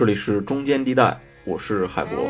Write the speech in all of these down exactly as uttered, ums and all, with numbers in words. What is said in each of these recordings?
这里是中间地带，我是海博。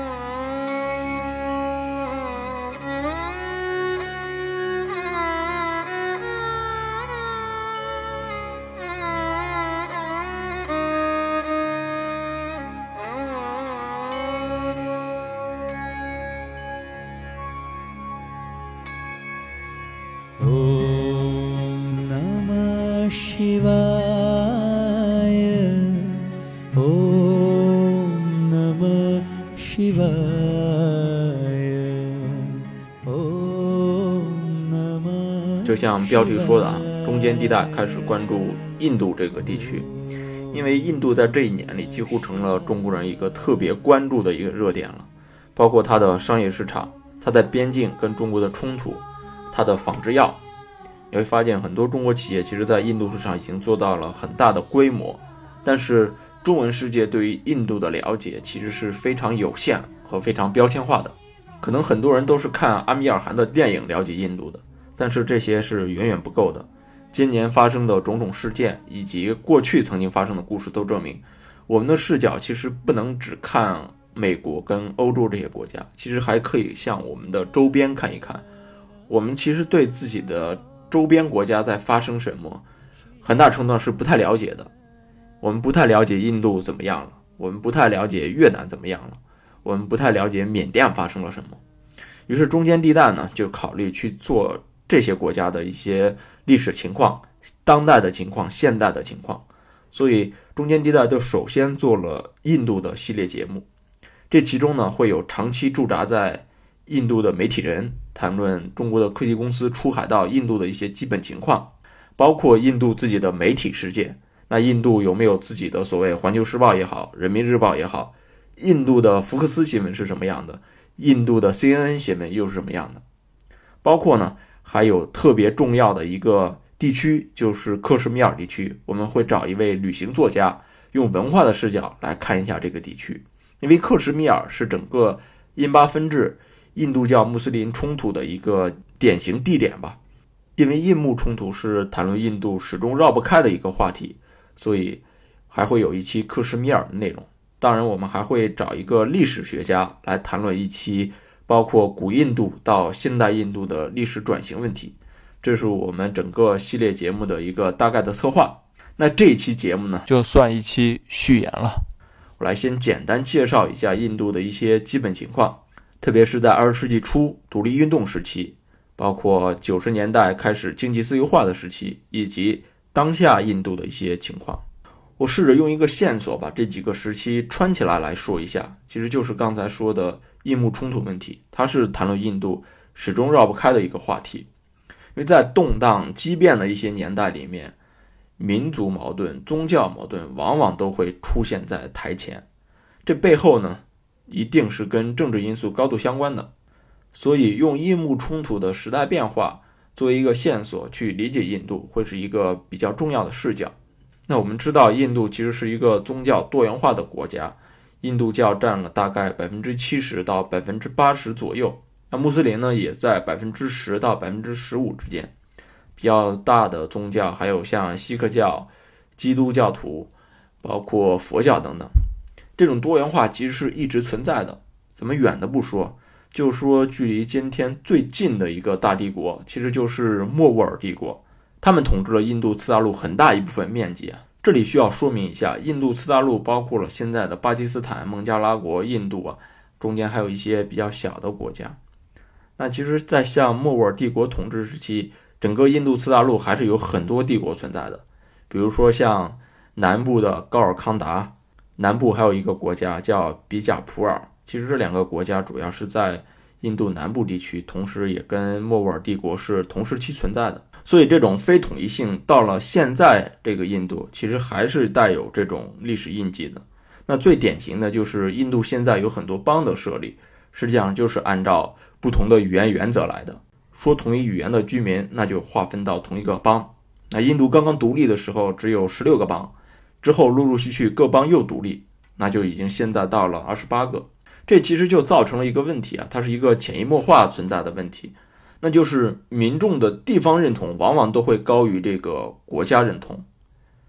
就像标题说的啊，中间地带开始关注印度这个地区，因为印度在这一年里几乎成了中国人一个特别关注的一个热点了，包括它的商业市场，它在边境跟中国的冲突，它的仿制药。你会发现很多中国企业其实在印度市场已经做到了很大的规模，但是中文世界对于印度的了解其实是非常有限和非常标签化的。可能很多人都是看阿米尔汗的电影了解印度的，但是这些是远远不够的。今年发生的种种事件以及过去曾经发生的故事都证明，我们的视角其实不能只看美国跟欧洲这些国家，其实还可以向我们的周边看一看。我们其实对自己的周边国家在发生什么，很大程度上是不太了解的。我们不太了解印度怎么样了，我们不太了解越南怎么样了，我们不太了解缅甸发生了什么。于是中间地带呢，就考虑去做这些国家的一些历史情况、当代的情况、现代的情况。所以中间地带就首先做了印度的系列节目，这其中呢会有长期驻扎在印度的媒体人谈论中国的科技公司出海到印度的一些基本情况，包括印度自己的媒体世界。那印度有没有自己的所谓环球时报也好，人民日报也好，印度的福克斯新闻是什么样的，印度的 C N N 新闻又是什么样的。包括呢还有特别重要的一个地区，就是克什米尔地区，我们会找一位旅行作家用文化的视角来看一下这个地区。因为克什米尔是整个印巴分治印度教穆斯林冲突的一个典型地点吧。因为印穆冲突是谈论印度始终绕不开的一个话题，所以还会有一期克什米尔的内容。当然我们还会找一个历史学家来谈论一期包括古印度到现代印度的历史转型问题，这是我们整个系列节目的一个大概的策划。那这一期节目呢，就算一期序言了。我来先简单介绍一下印度的一些基本情况，特别是在二十世纪初独立运动时期，包括九十年代开始经济自由化的时期，以及当下印度的一些情况。我试着用一个线索把这几个时期串起来来说一下，其实就是刚才说的印穆冲突问题，它是谈论印度始终绕不开的一个话题。因为在动荡激变的一些年代里面，民族矛盾、宗教矛盾往往都会出现在台前，这背后呢一定是跟政治因素高度相关的。所以用印穆冲突的时代变化作为一个线索去理解印度，会是一个比较重要的视角。那我们知道印度其实是一个宗教多元化的国家，印度教占了大概 百分之七十 到 百分之八十 左右，那穆斯林呢也在 百分之十 到 百分之十五 之间。比较大的宗教还有像锡克教、基督教徒，包括佛教等等。这种多元化其实是一直存在的，咱们远的不说，就说距离今天最近的一个大帝国，其实就是莫卧儿帝国，他们统治了印度次大陆很大一部分面积。这里需要说明一下，印度次大陆包括了现在的巴基斯坦、孟加拉国、印度啊，中间还有一些比较小的国家。那其实在像莫卧儿帝国统治时期，整个印度次大陆还是有很多帝国存在的，比如说像南部的高尔康达，南部还有一个国家叫比贾普尔。其实这两个国家主要是在印度南部地区，同时也跟莫卧儿帝国是同时期存在的。所以这种非统一性到了现在这个印度其实还是带有这种历史印记的。那最典型的就是印度现在有很多邦的设立，实际上就是按照不同的语言原则来的。说同一语言的居民，那就划分到同一个邦。那印度刚刚独立的时候只有十六个邦，之后陆陆续续各邦又独立，那就已经现在到了二十八个。这其实就造成了一个问题啊，它是一个潜移默化存在的问题，那就是民众的地方认同往往都会高于这个国家认同。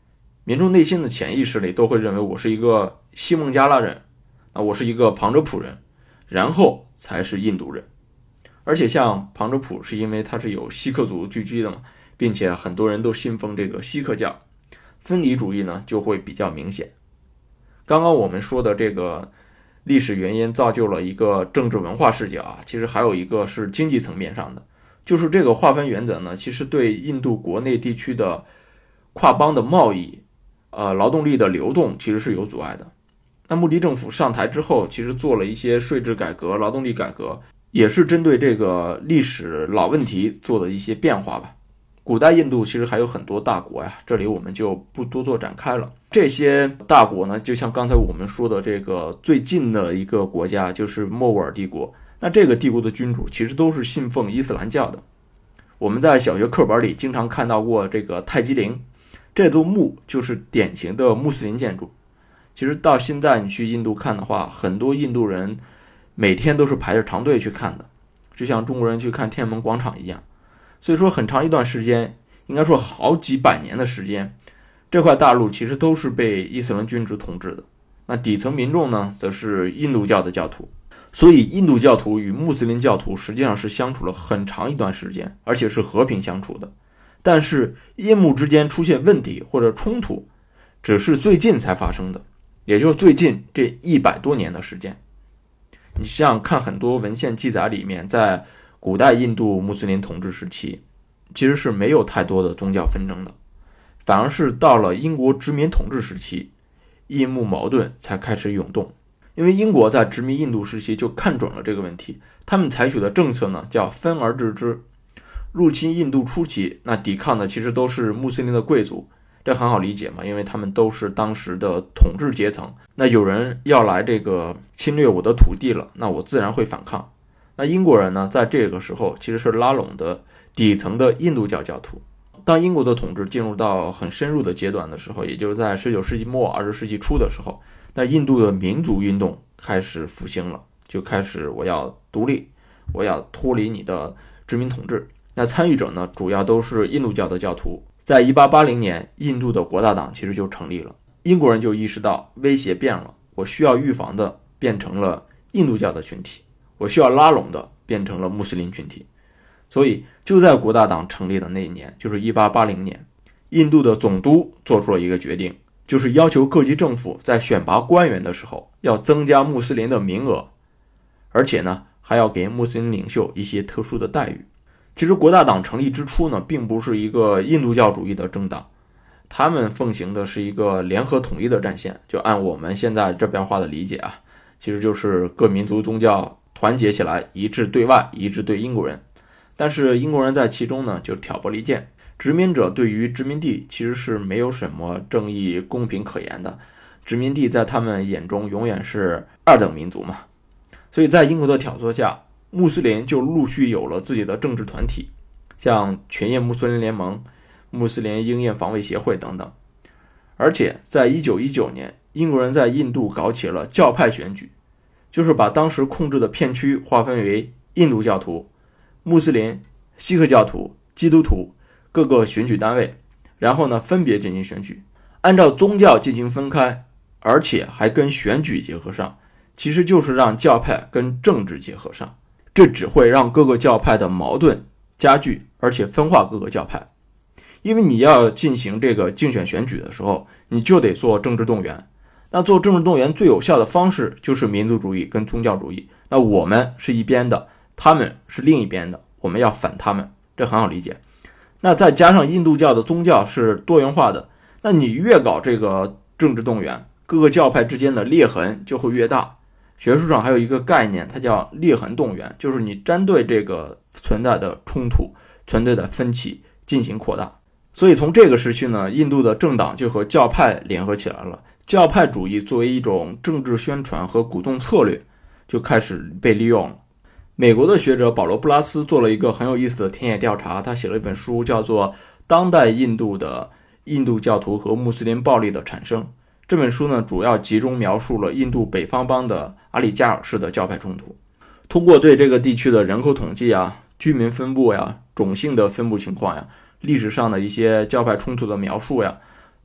民众内心的潜意识里都会认为我是一个西孟加拉人，啊，我是一个旁遮普人，然后才是印度人。而且像旁遮普是因为它是有锡克族聚居的嘛，并且很多人都信奉这个锡克教，分离主义呢就会比较明显。刚刚我们说的这个历史原因造就了一个政治文化视角啊，其实还有一个是经济层面上的，就是这个划分原则呢，其实对印度国内地区的跨邦的贸易、呃劳动力的流动其实是有阻碍的。那穆迪政府上台之后，其实做了一些税制改革、劳动力改革，也是针对这个历史老问题做的一些变化吧。古代印度其实还有很多大国呀，这里我们就不多做展开了。这些大国呢，就像刚才我们说的这个最近的一个国家就是莫卧儿帝国，那这个帝国的君主其实都是信奉伊斯兰教的。我们在小学课本里经常看到过这个泰姬陵，这座墓就是典型的穆斯林建筑。其实到现在你去印度看的话，很多印度人每天都是排着长队去看的，就像中国人去看天安门广场一样。所以说很长一段时间，应该说好几百年的时间，这块大陆其实都是被伊斯兰君主统治的。那底层民众呢，则是印度教的教徒。所以印度教徒与穆斯林教徒实际上是相处了很长一段时间，而且是和平相处的。但是印穆之间出现问题或者冲突，只是最近才发生的，也就是最近这一百多年的时间。你像看很多文献记载里面，在古代印度穆斯林统治时期，其实是没有太多的宗教纷争的，反而是到了英国殖民统治时期，印穆矛盾才开始涌动。因为英国在殖民印度时期就看准了这个问题，他们采取的政策呢叫分而治之。入侵印度初期，那抵抗的其实都是穆斯林的贵族，这很好理解嘛，因为他们都是当时的统治阶层。那有人要来这个侵略我的土地了，那我自然会反抗。那英国人呢，在这个时候其实是拉拢的底层的印度教教徒。当英国的统治进入到很深入的阶段的时候，也就是在十九世纪末二十世纪初的时候，那印度的民族运动开始复兴了，就开始我要独立，我要脱离你的殖民统治。那参与者呢，主要都是印度教的教徒。在一八八零年，印度的国大党其实就成立了。英国人就意识到威胁变了，我需要预防的变成了印度教的群体，我需要拉拢的变成了穆斯林群体。所以就在国大党成立的那一年，就是一八八零年，印度的总督做出了一个决定，就是要求各级政府在选拔官员的时候要增加穆斯林的名额，而且呢还要给穆斯林领袖一些特殊的待遇。其实国大党成立之初呢，并不是一个印度教主义的政党，他们奉行的是一个联合统一的战线，就按我们现在这边话的理解啊，其实就是各民族宗教团结起来，一致对外，一致对英国人。但是英国人在其中呢就挑拨离间，殖民者对于殖民地其实是没有什么正义公平可言的，殖民地在他们眼中永远是二等民族嘛。所以在英国的挑唆下，穆斯林就陆续有了自己的政治团体，像全印穆斯林联盟、穆斯林鹰印防卫协会等等。而且在一九一九年，英国人在印度搞起了教派选举，就是把当时控制的片区划分为印度教徒、穆斯林、锡克教徒、基督徒各个选举单位，然后呢分别进行选举，按照宗教进行分开，而且还跟选举结合上，其实就是让教派跟政治结合上。这只会让各个教派的矛盾加剧，而且分化各个教派。因为你要进行这个竞选选举的时候，你就得做政治动员。那做政治动员最有效的方式就是民族主义跟宗教主义。那我们是一边的，他们是另一边的，我们要反他们，这很好理解。那再加上印度教的宗教是多元化的，那你越搞这个政治动员，各个教派之间的裂痕就会越大。学术上还有一个概念，它叫裂痕动员，就是你针对这个存在的冲突、存在的分歧进行扩大。所以从这个时期呢，印度的政党就和教派联合起来了，教派主义作为一种政治宣传和鼓动策略就开始被利用了。美国的学者保罗·布拉斯做了一个很有意思的田野调查，他写了一本书叫做《当代印度的印度教徒和穆斯林暴力的产生》。这本书呢，主要集中描述了印度北方邦的阿里加尔市的教派冲突。通过对这个地区的人口统计啊、居民分布呀、种姓的分布情况呀、历史上的一些教派冲突的描述呀，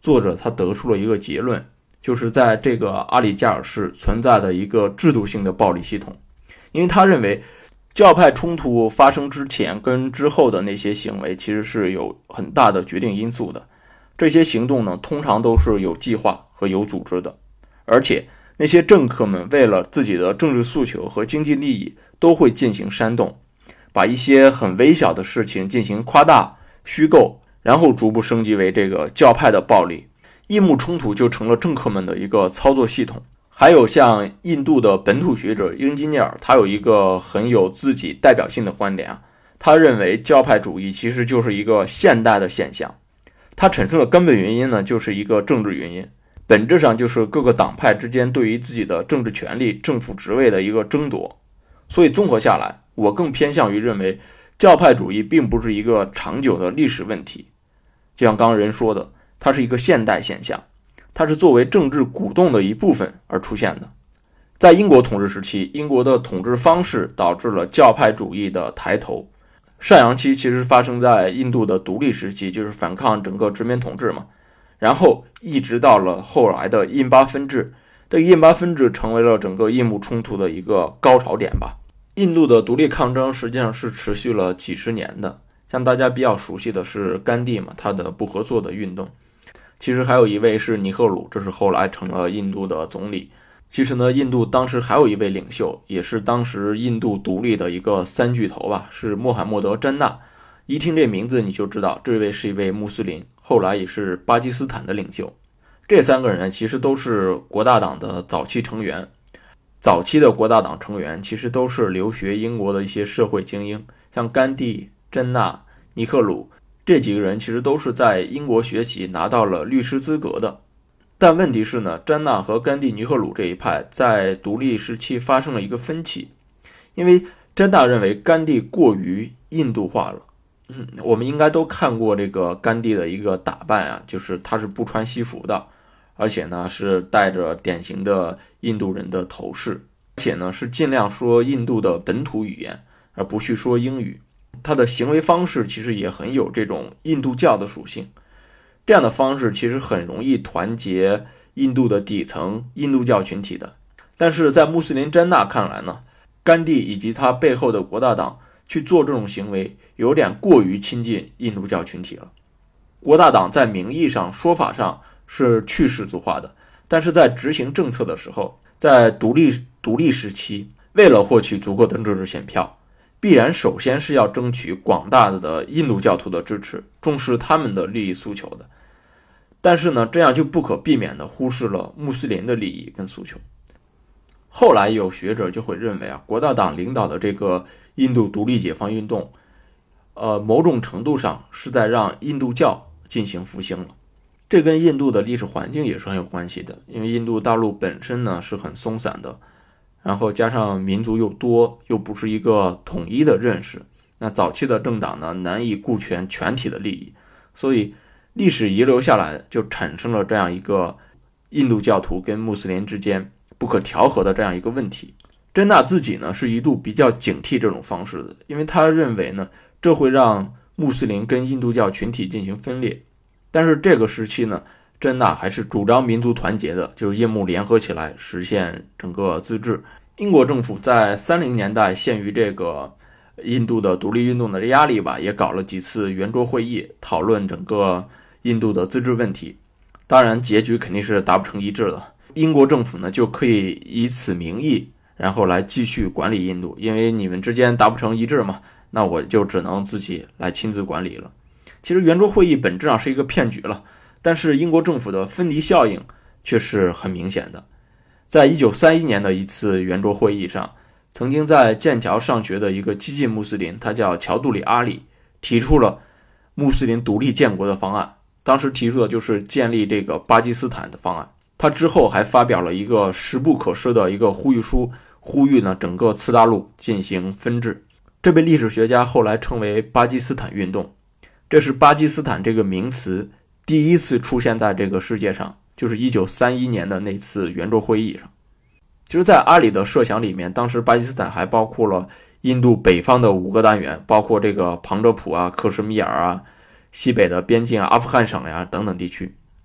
作者他得出了一个结论，就是在这个阿里加尔市存在的一个制度性的暴力系统。因为他认为教派冲突发生之前跟之后的那些行为其实是有很大的决定因素的，这些行动呢通常都是有计划和有组织的，而且那些政客们为了自己的政治诉求和经济利益都会进行煽动，把一些很微小的事情进行夸大虚构，然后逐步升级为这个教派的暴力，印穆冲突就成了政客们的一个操作系统。还有像印度的本土学者英吉涅尔，他有一个很有自己代表性的观点啊，他认为教派主义其实就是一个现代的现象，它产生的根本原因呢，就是一个政治原因，本质上就是各个党派之间对于自己的政治权力、政府职位的一个争夺。所以综合下来，我更偏向于认为教派主义并不是一个长久的历史问题，就像刚刚人说的，它是一个现代现象，它是作为政治鼓动的一部分而出现的。在英国统治时期，英国的统治方式导致了教派主义的抬头。上扬期其实发生在印度的独立时期，就是反抗整个殖民统治嘛。然后一直到了后来的印巴分治，这个印巴分治成为了整个印穆冲突的一个高潮点吧。印度的独立抗争实际上是持续了几十年的，像大家比较熟悉的是甘地嘛，他的不合作的运动。其实还有一位是尼赫鲁，这是后来成了印度的总理。其实呢，印度当时还有一位领袖，也是当时印度独立的一个三巨头吧，是穆罕默德·詹纳。一听这名字你就知道，这位是一位穆斯林，后来也是巴基斯坦的领袖。这三个人其实都是国大党的早期成员。早期的国大党成员其实都是留学英国的一些社会精英，像甘地、珍纳、尼克鲁这几个人其实都是在英国学习，拿到了律师资格的。但问题是呢，詹纳和甘地、尼赫鲁这一派在独立时期发生了一个分歧，因为詹纳认为甘地过于印度化了。嗯，我们应该都看过这个甘地的一个打扮啊，就是他是不穿西服的，而且呢是带着典型的印度人的头饰，而且呢是尽量说印度的本土语言，而不去说英语。他的行为方式其实也很有这种印度教的属性，这样的方式其实很容易团结印度的底层印度教群体的。但是在穆斯林詹纳看来呢，甘地以及他背后的国大党去做这种行为有点过于亲近印度教群体了。国大党在名义上说法上是去世俗化的，但是在执行政策的时候，在独立独立时期，为了获取足够的政治选票，必然首先是要争取广大的印度教徒的支持，重视他们的利益诉求的。但是呢，这样就不可避免地忽视了穆斯林的利益跟诉求。后来有学者就会认为啊，国大党领导的这个印度独立解放运动，呃，某种程度上是在让印度教进行复兴了。这跟印度的历史环境也是很有关系的，因为印度大陆本身呢是很松散的，然后加上民族又多，又不是一个统一的认识，那早期的政党呢难以顾全全体的利益，所以历史遗留下来就产生了这样一个印度教徒跟穆斯林之间不可调和的这样一个问题。珍纳自己呢是一度比较警惕这种方式的，因为他认为呢这会让穆斯林跟印度教群体进行分裂。但是这个时期呢，珍纳还是主张民族团结的，就是印穆联合起来实现整个自治。英国政府在三零年代限于这个印度的独立运动的压力吧，也搞了几次圆桌会议，讨论整个印度的自治问题。当然结局肯定是达不成一致的，英国政府呢就可以以此名义然后来继续管理印度，因为你们之间达不成一致嘛，那我就只能自己来亲自管理了。其实圆桌会议本质上是一个骗局了，但是英国政府的分离效应却是很明显的。在一九三一年的一次圆桌会议上，曾经在剑桥上学的一个激进穆斯林，他叫乔杜里阿里，提出了穆斯林独立建国的方案，当时提出的就是建立这个巴基斯坦的方案。他之后还发表了一个势不可失的一个呼吁书，呼吁呢整个次大陆进行分治，这被历史学家后来称为巴基斯坦运动。这是巴基斯坦这个名词第一次出现在这个世界上，就是一九三一年的那次圆桌会议上。其实在阿里的设想里面，当时巴基斯坦还包括了印度北方的五个单元，包括这个旁遮普啊、克什米尔啊、西北的边境啊、阿富汗省呀、啊、等等地区。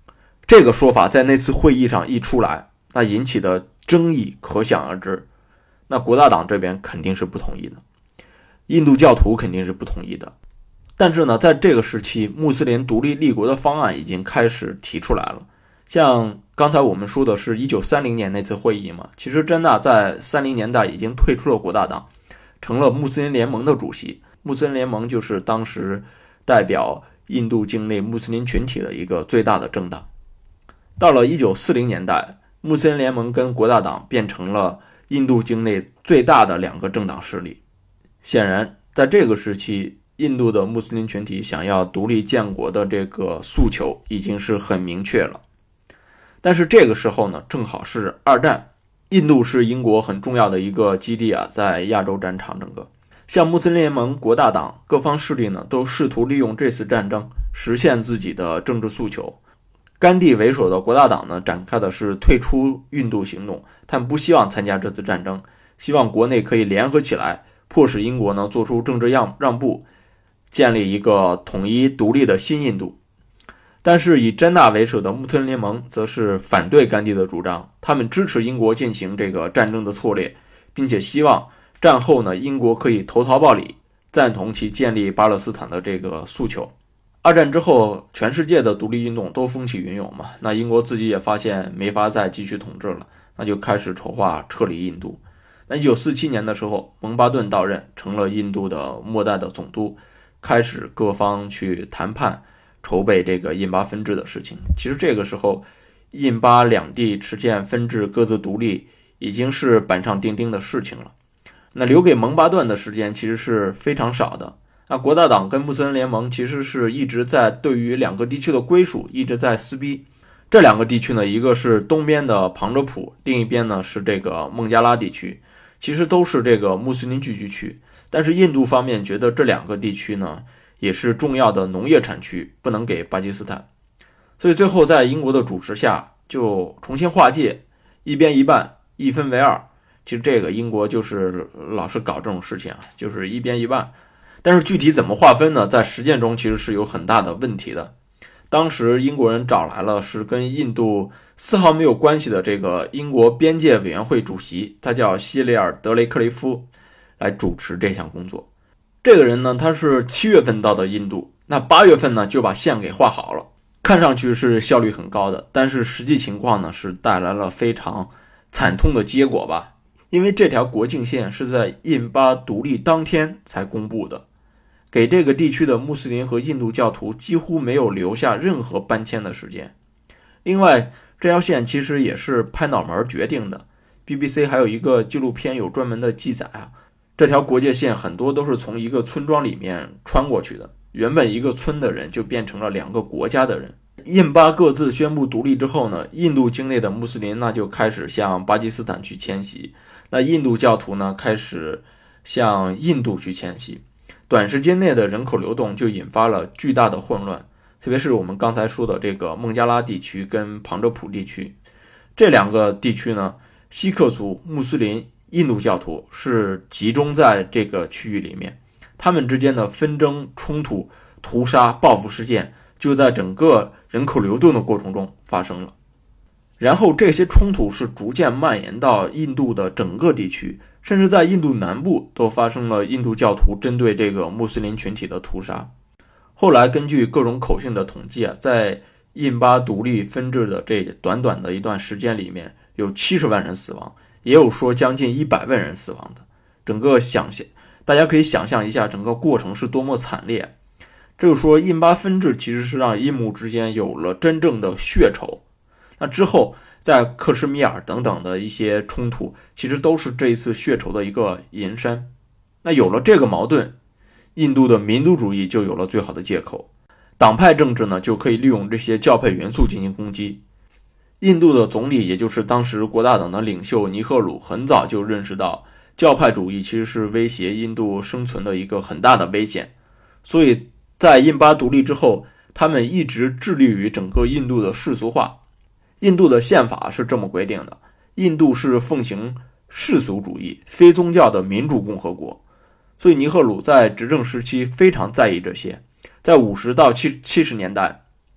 这个说法在那次会议上一出来，那引起的争议可想而知。那国大党这边肯定是不同意的，印度教徒肯定是不同意的。但是呢，在这个时期，穆斯林独立立国的方案已经开始提出来了。像刚才我们说的是一九三零年那次会议嘛，其实真纳在三零年代已经退出了国大党，成了穆斯林联盟的主席。穆斯林联盟就是当时代表印度境内穆斯林群体的一个最大的政党。到了一九四零年代，穆斯林联盟跟国大党变成了印度境内最大的两个政党势力。显然，在这个时期，印度的穆斯林群体想要独立建国的这个诉求已经是很明确了。但是这个时候呢，正好是二战，印度是英国很重要的一个基地啊，在亚洲战场整个。像穆斯林联盟、国大党各方势力呢，都试图利用这次战争实现自己的政治诉求。甘地为首的国大党呢，展开的是退出印度行动，他们不希望参加这次战争，希望国内可以联合起来，迫使英国呢做出政治让让步，建立一个统一独立的新印度。但是以真纳为首的穆斯林联盟则是反对甘地的主张，他们支持英国进行这个战争的策略，并且希望战后呢英国可以投桃报李，赞同其建立巴勒斯坦的这个诉求。二战之后，全世界的独立运动都风起云涌嘛，那英国自己也发现没法再继续统治了，那就开始筹划撤离印度。那一九四七年的时候，蒙巴顿到任，成了印度的末代的总督，开始各方去谈判筹备这个印巴分治的事情。其实这个时候，印巴两地实现分治各自独立已经是板上钉钉的事情了。那留给蒙巴顿的时间其实是非常少的。那国大党跟穆斯林联盟其实是一直在对于两个地区的归属一直在撕逼。这两个地区呢，一个是东边的旁遮普，另一边呢是这个孟加拉地区，其实都是这个穆斯林聚居区。但是印度方面觉得这两个地区呢也是重要的农业产区，不能给巴基斯坦，所以最后在英国的主持下就重新划界，一边一半，一分为二。其实这个英国就是老是搞这种事情啊，就是一边一半。但是具体怎么划分呢，在实践中其实是有很大的问题的。当时英国人找来了是跟印度丝毫没有关系的这个英国边界委员会主席，他叫希雷尔·德雷克利夫，来主持这项工作。这个人呢，他是七月份到的印度，那八月份呢就把线给画好了，看上去是效率很高的，但是实际情况呢是带来了非常惨痛的结果吧。因为这条国境线是在印巴独立当天才公布的，给这个地区的穆斯林和印度教徒几乎没有留下任何搬迁的时间。另外，这条线其实也是拍脑门决定的， B B C 还有一个纪录片有专门的记载啊。这条国界线很多都是从一个村庄里面穿过去的，原本一个村的人就变成了两个国家的人。印巴各自宣布独立之后呢，印度境内的穆斯林那就开始向巴基斯坦去迁徙，那印度教徒呢开始向印度去迁徙。短时间内的人口流动就引发了巨大的混乱，特别是我们刚才说的这个孟加拉地区跟旁遮普地区，这两个地区呢，锡克族、穆斯林、印度教徒是集中在这个区域里面，他们之间的纷争、冲突、屠杀、报复事件就在整个人口流动的过程中发生了。然后这些冲突是逐渐蔓延到印度的整个地区，甚至在印度南部都发生了印度教徒针对这个穆斯林群体的屠杀。后来根据各种口径的统计啊，在印巴独立分治的这短短的一段时间里面，有七十万人死亡，也有说将近一百万人死亡的。整个想象，大家可以想象一下整个过程是多么惨烈。这就是说，印巴分治其实是让印穆之间有了真正的血仇。那之后在克什米尔等等的一些冲突，其实都是这一次血仇的一个延伸。那有了这个矛盾，印度的民族主义就有了最好的借口，党派政治呢就可以利用这些教派元素进行攻击。印度的总理，也就是当时国大党的领袖尼赫鲁，很早就认识到教派主义其实是威胁印度生存的一个很大的危险，所以在印巴独立之后，他们一直致力于整个印度的世俗化。印度的宪法是这么规定的，印度是奉行世俗主义、非宗教的民主共和国，所以尼赫鲁在执政时期非常在意这些。在五十到七十年代，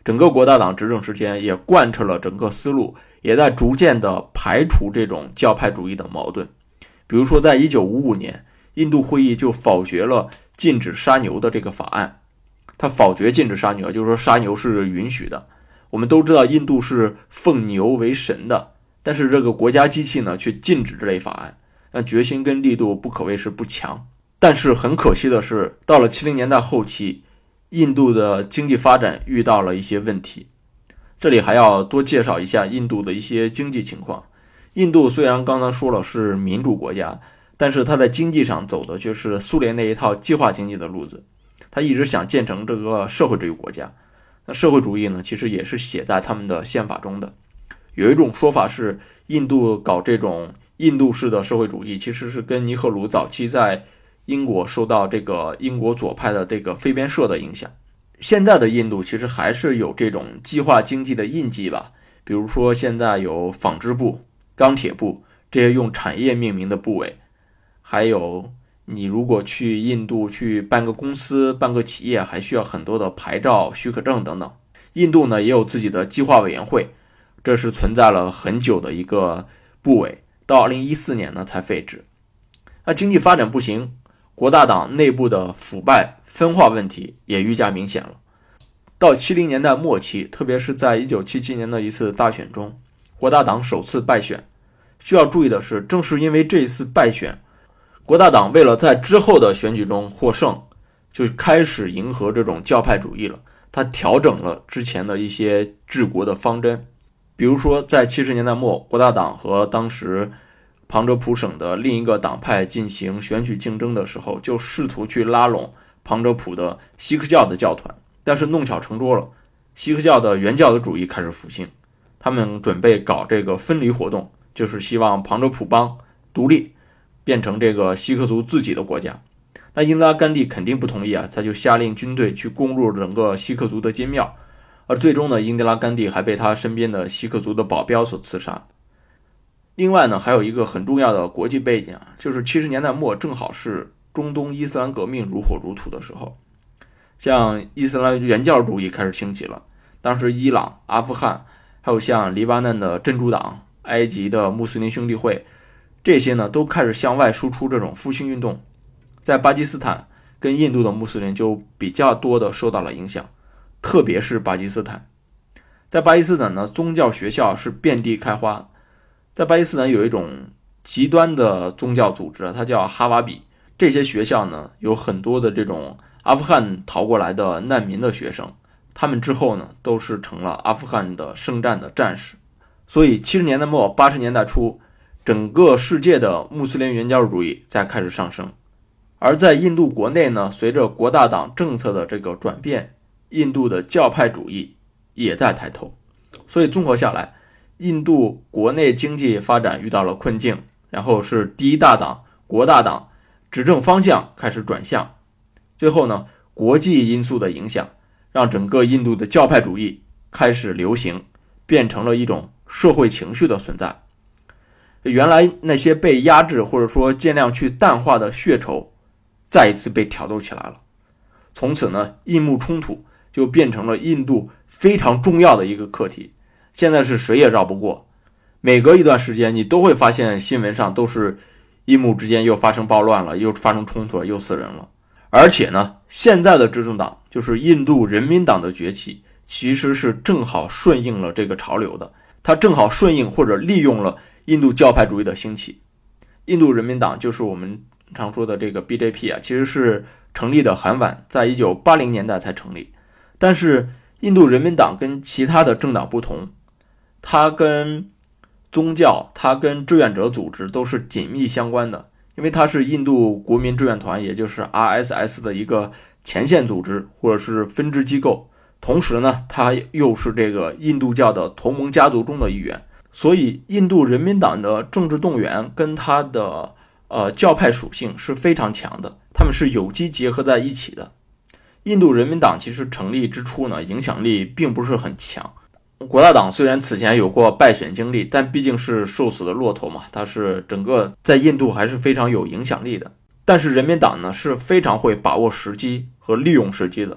整个国大党执政时间也贯彻了整个思路，也在逐渐的排除这种教派主义的矛盾。比如说在一九五五年，印度会议就否决了禁止杀牛的这个法案。他否决禁止杀牛，就是说杀牛是允许的。我们都知道印度是奉牛为神的，但是这个国家机器呢却禁止这类法案，那决心跟力度不可谓是不强。但是很可惜的是，到了七零年代后期，印度的经济发展遇到了一些问题。这里还要多介绍一下印度的一些经济情况。印度虽然刚才说了是民主国家，但是它在经济上走的却是苏联那一套计划经济的路子。他一直想建成这个社会主义国家。那社会主义呢，其实也是写在他们的宪法中的。有一种说法是，印度搞这种印度式的社会主义，其实是跟尼赫鲁早期在英国受到这个英国左派的这个非边社的影响。现在的印度其实还是有这种计划经济的印记吧，比如说现在有纺织部、钢铁部这些用产业命名的部委，还有你如果去印度去办个公司、办个企业，还需要很多的牌照、许可证等等。印度呢也有自己的计划委员会，这是存在了很久的一个部委，到二零一四年呢才废止。那经济发展不行，国大党内部的腐败分化问题也愈加明显了。到七零年代末期，特别是在一九七七年的一次大选中，国大党首次败选。需要注意的是，正是因为这一次败选，国大党为了在之后的选举中获胜，就开始迎合这种教派主义了。他调整了之前的一些治国的方针，比如说在七十年代末，国大党和当时旁遮普省的另一个党派进行选举竞争的时候，就试图去拉拢旁遮普的锡克教的教团，但是弄巧成拙了，锡克教的原教的主义开始复兴，他们准备搞这个分离活动，就是希望旁遮普邦独立，变成这个锡克族自己的国家。那英德拉甘地肯定不同意啊，他就下令军队去攻入整个锡克族的金庙，而最终呢，英德拉甘地还被他身边的锡克族的保镖所刺杀。另外呢，还有一个很重要的国际背景啊，就是七十年代末正好是中东伊斯兰革命如火如荼的时候，像伊斯兰原教主义开始兴起了。当时伊朗、阿富汗，还有像黎巴嫩的真主党、埃及的穆斯林兄弟会，这些呢都开始向外输出这种复兴运动。在巴基斯坦跟印度的穆斯林就比较多的受到了影响，特别是巴基斯坦。在巴基斯坦呢，宗教学校是遍地开花。在巴基斯坦有一种极端的宗教组织，它叫哈瓦比。这些学校呢，有很多的这种阿富汗逃过来的难民的学生，他们之后呢，都是成了阿富汗的圣战的战士。所以七十年代末八十年代初，整个世界的穆斯林原教主义在开始上升。而在印度国内呢，随着国大党政策的这个转变，印度的教派主义也在抬头。所以综合下来，印度国内经济发展遇到了困境，然后是第一大党国大党执政方向开始转向，最后呢，国际因素的影响让整个印度的教派主义开始流行，变成了一种社会情绪的存在。原来那些被压制或者说尽量去淡化的血仇再一次被挑逗起来了。从此呢，印穆冲突就变成了印度非常重要的一个课题，现在是谁也绕不过。每隔一段时间你都会发现新闻上都是印穆之间又发生暴乱了，又发生冲突了，又死人了。而且呢，现在的执政党就是印度人民党的崛起，其实是正好顺应了这个潮流的，它正好顺应或者利用了印度教派主义的兴起。印度人民党就是我们常说的这个 B J P 啊，其实是成立的很晚，在一九八零年代才成立。但是印度人民党跟其他的政党不同，它跟宗教、它跟志愿者组织都是紧密相关的，因为它是印度国民志愿团，也就是 R S S 的一个前线组织或者是分支机构。同时呢，它又是这个印度教的同盟家族中的一员。所以印度人民党的政治动员跟它的呃教派属性是非常强的，他们是有机结合在一起的。印度人民党其实成立之初呢，影响力并不是很强。国大党虽然此前有过败选经历，但毕竟是瘦死的骆驼嘛，它是整个在印度还是非常有影响力的。但是人民党呢，是非常会把握时机和利用时机的。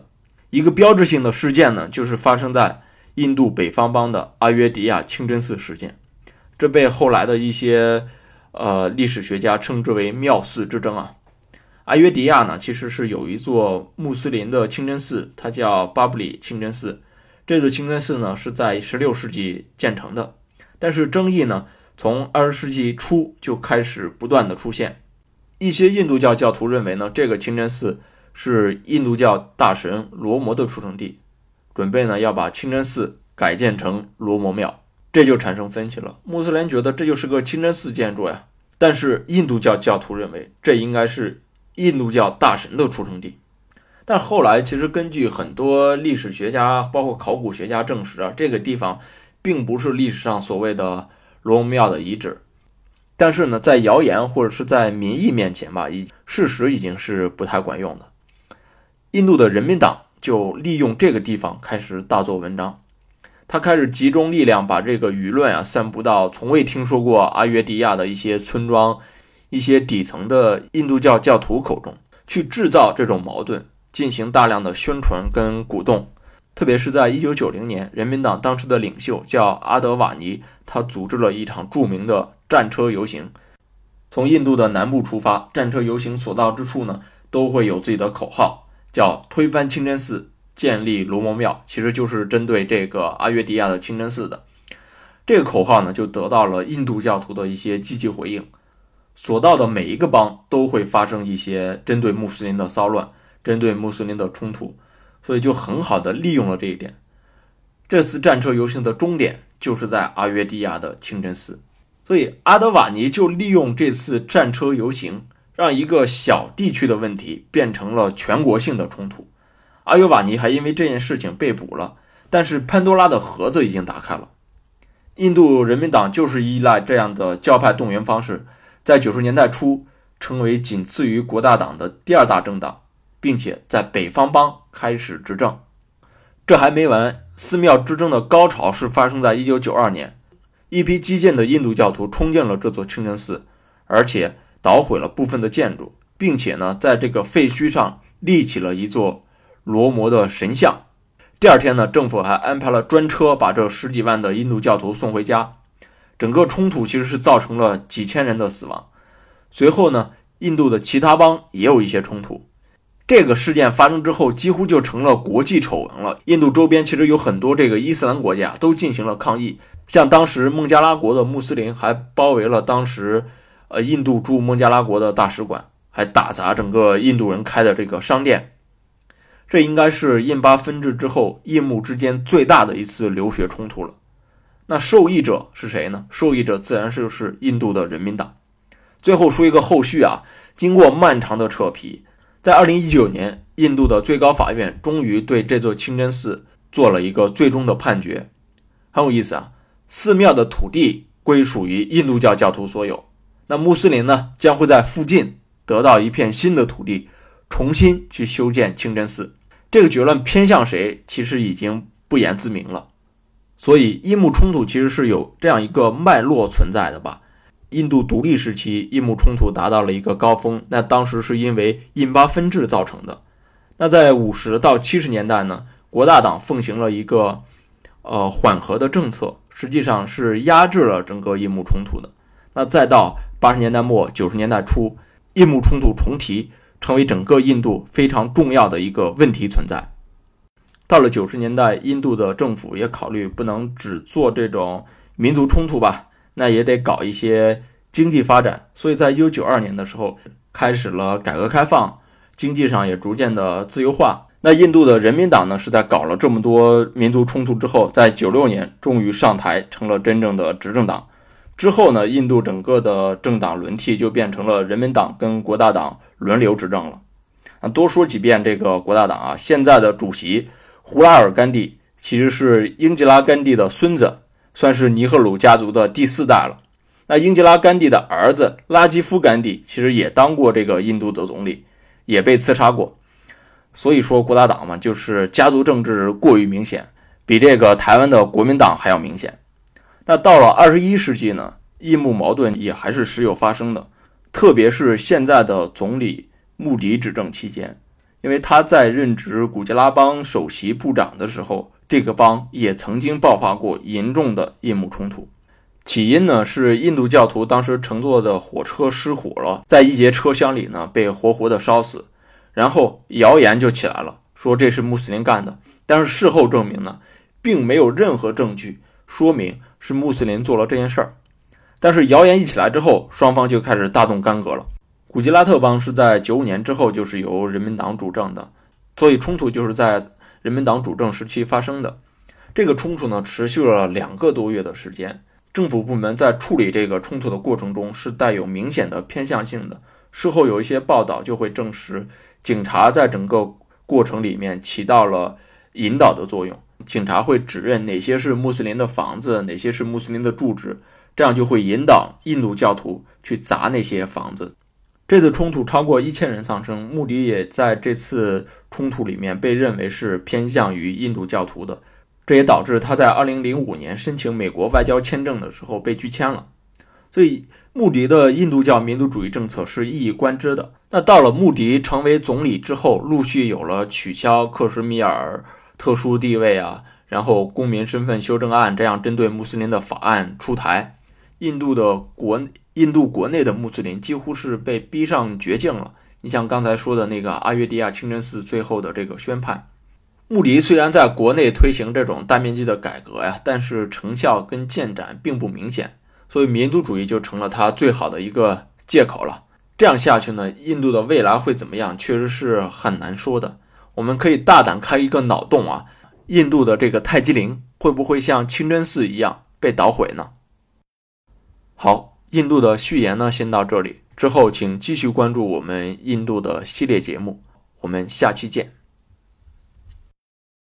一个标志性的事件呢，就是发生在印度北方邦的阿约迪亚清真寺事件，这被后来的一些呃历史学家称之为庙寺之争啊。阿约迪亚呢，其实是有一座穆斯林的清真寺，它叫巴布里清真寺。这座清真寺呢是在十六世纪建成的，但是争议呢从二十世纪初就开始不断的出现。一些印度教教徒认为呢，这个清真寺是印度教大神罗摩的出生地，准备呢要把清真寺改建成罗摩庙，这就产生分歧了。穆斯林觉得这就是个清真寺建筑呀，但是印度教教徒认为这应该是印度教大神的出生地。但后来其实根据很多历史学家包括考古学家证实啊，这个地方并不是历史上所谓的罗摩庙的遗址。但是呢，在谣言或者是在民意面前吧，事实已经是不太管用的。印度的人民党就利用这个地方开始大做文章，他开始集中力量把这个舆论啊散布到从未听说过阿约迪亚的一些村庄、一些底层的印度教教徒口中，去制造这种矛盾，进行大量的宣传跟鼓动。特别是在一九九零年，人民党当时的领袖叫阿德瓦尼，他组织了一场著名的战车游行，从印度的南部出发，战车游行所到之处呢，都会有自己的口号，叫推翻清真寺，建立罗摩庙，其实就是针对这个阿约迪亚的清真寺的。这个口号呢，就得到了印度教徒的一些积极回应。所到的每一个邦都会发生一些针对穆斯林的骚乱，针对穆斯林的冲突，所以就很好的利用了这一点。这次战车游行的终点就是在阿约迪亚的清真寺，所以阿德瓦尼就利用这次战车游行，让一个小地区的问题变成了全国性的冲突。阿约瓦尼还因为这件事情被捕了，但是潘多拉的盒子已经打开了。印度人民党就是依赖这样的教派动员方式，在九十年代初成为仅次于国大党的第二大政党，并且在北方邦开始执政。这还没完，寺庙之争的高潮是发生在一九九二年，一批激进的印度教徒冲进了这座清真寺，而且捣毁了部分的建筑，并且呢，在这个废墟上立起了一座罗摩的神像。第二天呢，政府还安排了专车把这十几万的印度教徒送回家。整个冲突其实是造成了几千人的死亡。随后呢，印度的其他邦也有一些冲突。这个事件发生之后，几乎就成了国际丑闻了。印度周边其实有很多这个伊斯兰国家都进行了抗议，像当时孟加拉国的穆斯林还包围了当时呃印度驻孟加拉国的大使馆，还打砸整个印度人开的这个商店。这应该是印巴分治之后印穆之间最大的一次流血冲突了。那受益者是谁呢？受益者自然就是印度的人民党。最后说一个后续啊，经过漫长的扯皮，在二零一九年，印度的最高法院终于对这座清真寺做了一个最终的判决。很有意思啊，寺庙的土地归属于印度教教徒所有，那穆斯林呢将会在附近得到一片新的土地，重新去修建清真寺。这个决论偏向谁，其实已经不言自明了。所以印穆冲突其实是有这样一个脉络存在的吧。印度独立时期，印穆冲突达到了一个高峰，那当时是因为印巴分治造成的。那在五十到七十年代呢，国大党奉行了一个呃缓和的政策，实际上是压制了整个印穆冲突的。那再到八十年代末九十年代初，印穆冲突重提，成为整个印度非常重要的一个问题存在。到了九十年代，印度的政府也考虑不能只做这种民族冲突吧，那也得搞一些经济发展。所以在一九九二年的时候开始了改革开放，经济上也逐渐的自由化。那印度的人民党呢，是在搞了这么多民族冲突之后，在九六年终于上台，成了真正的执政党。之后呢，印度整个的政党轮替就变成了人民党跟国大党轮流执政了。啊，多说几遍这个国大党啊，现在的主席胡拉尔甘地其实是英吉拉甘地的孙子，算是尼赫鲁家族的第四代了。那英吉拉甘地的儿子拉基夫甘地其实也当过这个印度的总理，也被刺杀过。所以说国大党嘛，就是家族政治过于明显，比这个台湾的国民党还要明显。那到了二十一世纪呢，印穆矛盾也还是时有发生的，特别是现在的总理穆迪执政期间， 因为他在任职古吉拉邦首席部长的时候，这个邦也曾经爆发过严重的印穆冲突。起因呢是印度教徒当时乘坐的火车失火了，在一节车厢里呢被活活的烧死，然后谣言就起来了，说这是穆斯林干的。但是事后证明呢，并没有任何证据说明是穆斯林做了这件事儿。但是谣言一起来之后，双方就开始大动干戈了。古吉拉特邦是在九五年之后就是由人民党主政的，所以冲突就是在人民党主政时期发生的。这个冲突呢持续了两个多月的时间，政府部门在处理这个冲突的过程中是带有明显的偏向性的。事后有一些报道就会证实，警察在整个过程里面起到了引导的作用，警察会指认哪些是穆斯林的房子，哪些是穆斯林的住址，这样就会引导印度教徒去砸那些房子。这次冲突超过一千人丧生，穆迪也在这次冲突里面被认为是偏向于印度教徒的，这也导致他在二零零五年申请美国外交签证的时候被拒签了。所以穆迪的印度教民族主义政策是一以贯之的。那到了穆迪成为总理之后，陆续有了取消克什米尔特殊地位啊，然后公民身份修正案这样针对穆斯林的法案出台，印度的国印度国内的穆斯林几乎是被逼上绝境了。你像刚才说的那个阿约迪亚清真寺最后的这个宣判，穆迪虽然在国内推行这种大面积的改革呀，但是成效跟进展并不明显，所以民族主义就成了他最好的一个借口了。这样下去呢，印度的未来会怎么样，确实是很难说的。我们可以大胆开一个脑洞啊，印度的这个泰姬陵会不会像清真寺一样被捣毁呢？好，印度的序言呢先到这里，之后请继续关注我们印度的系列节目，我们下期见。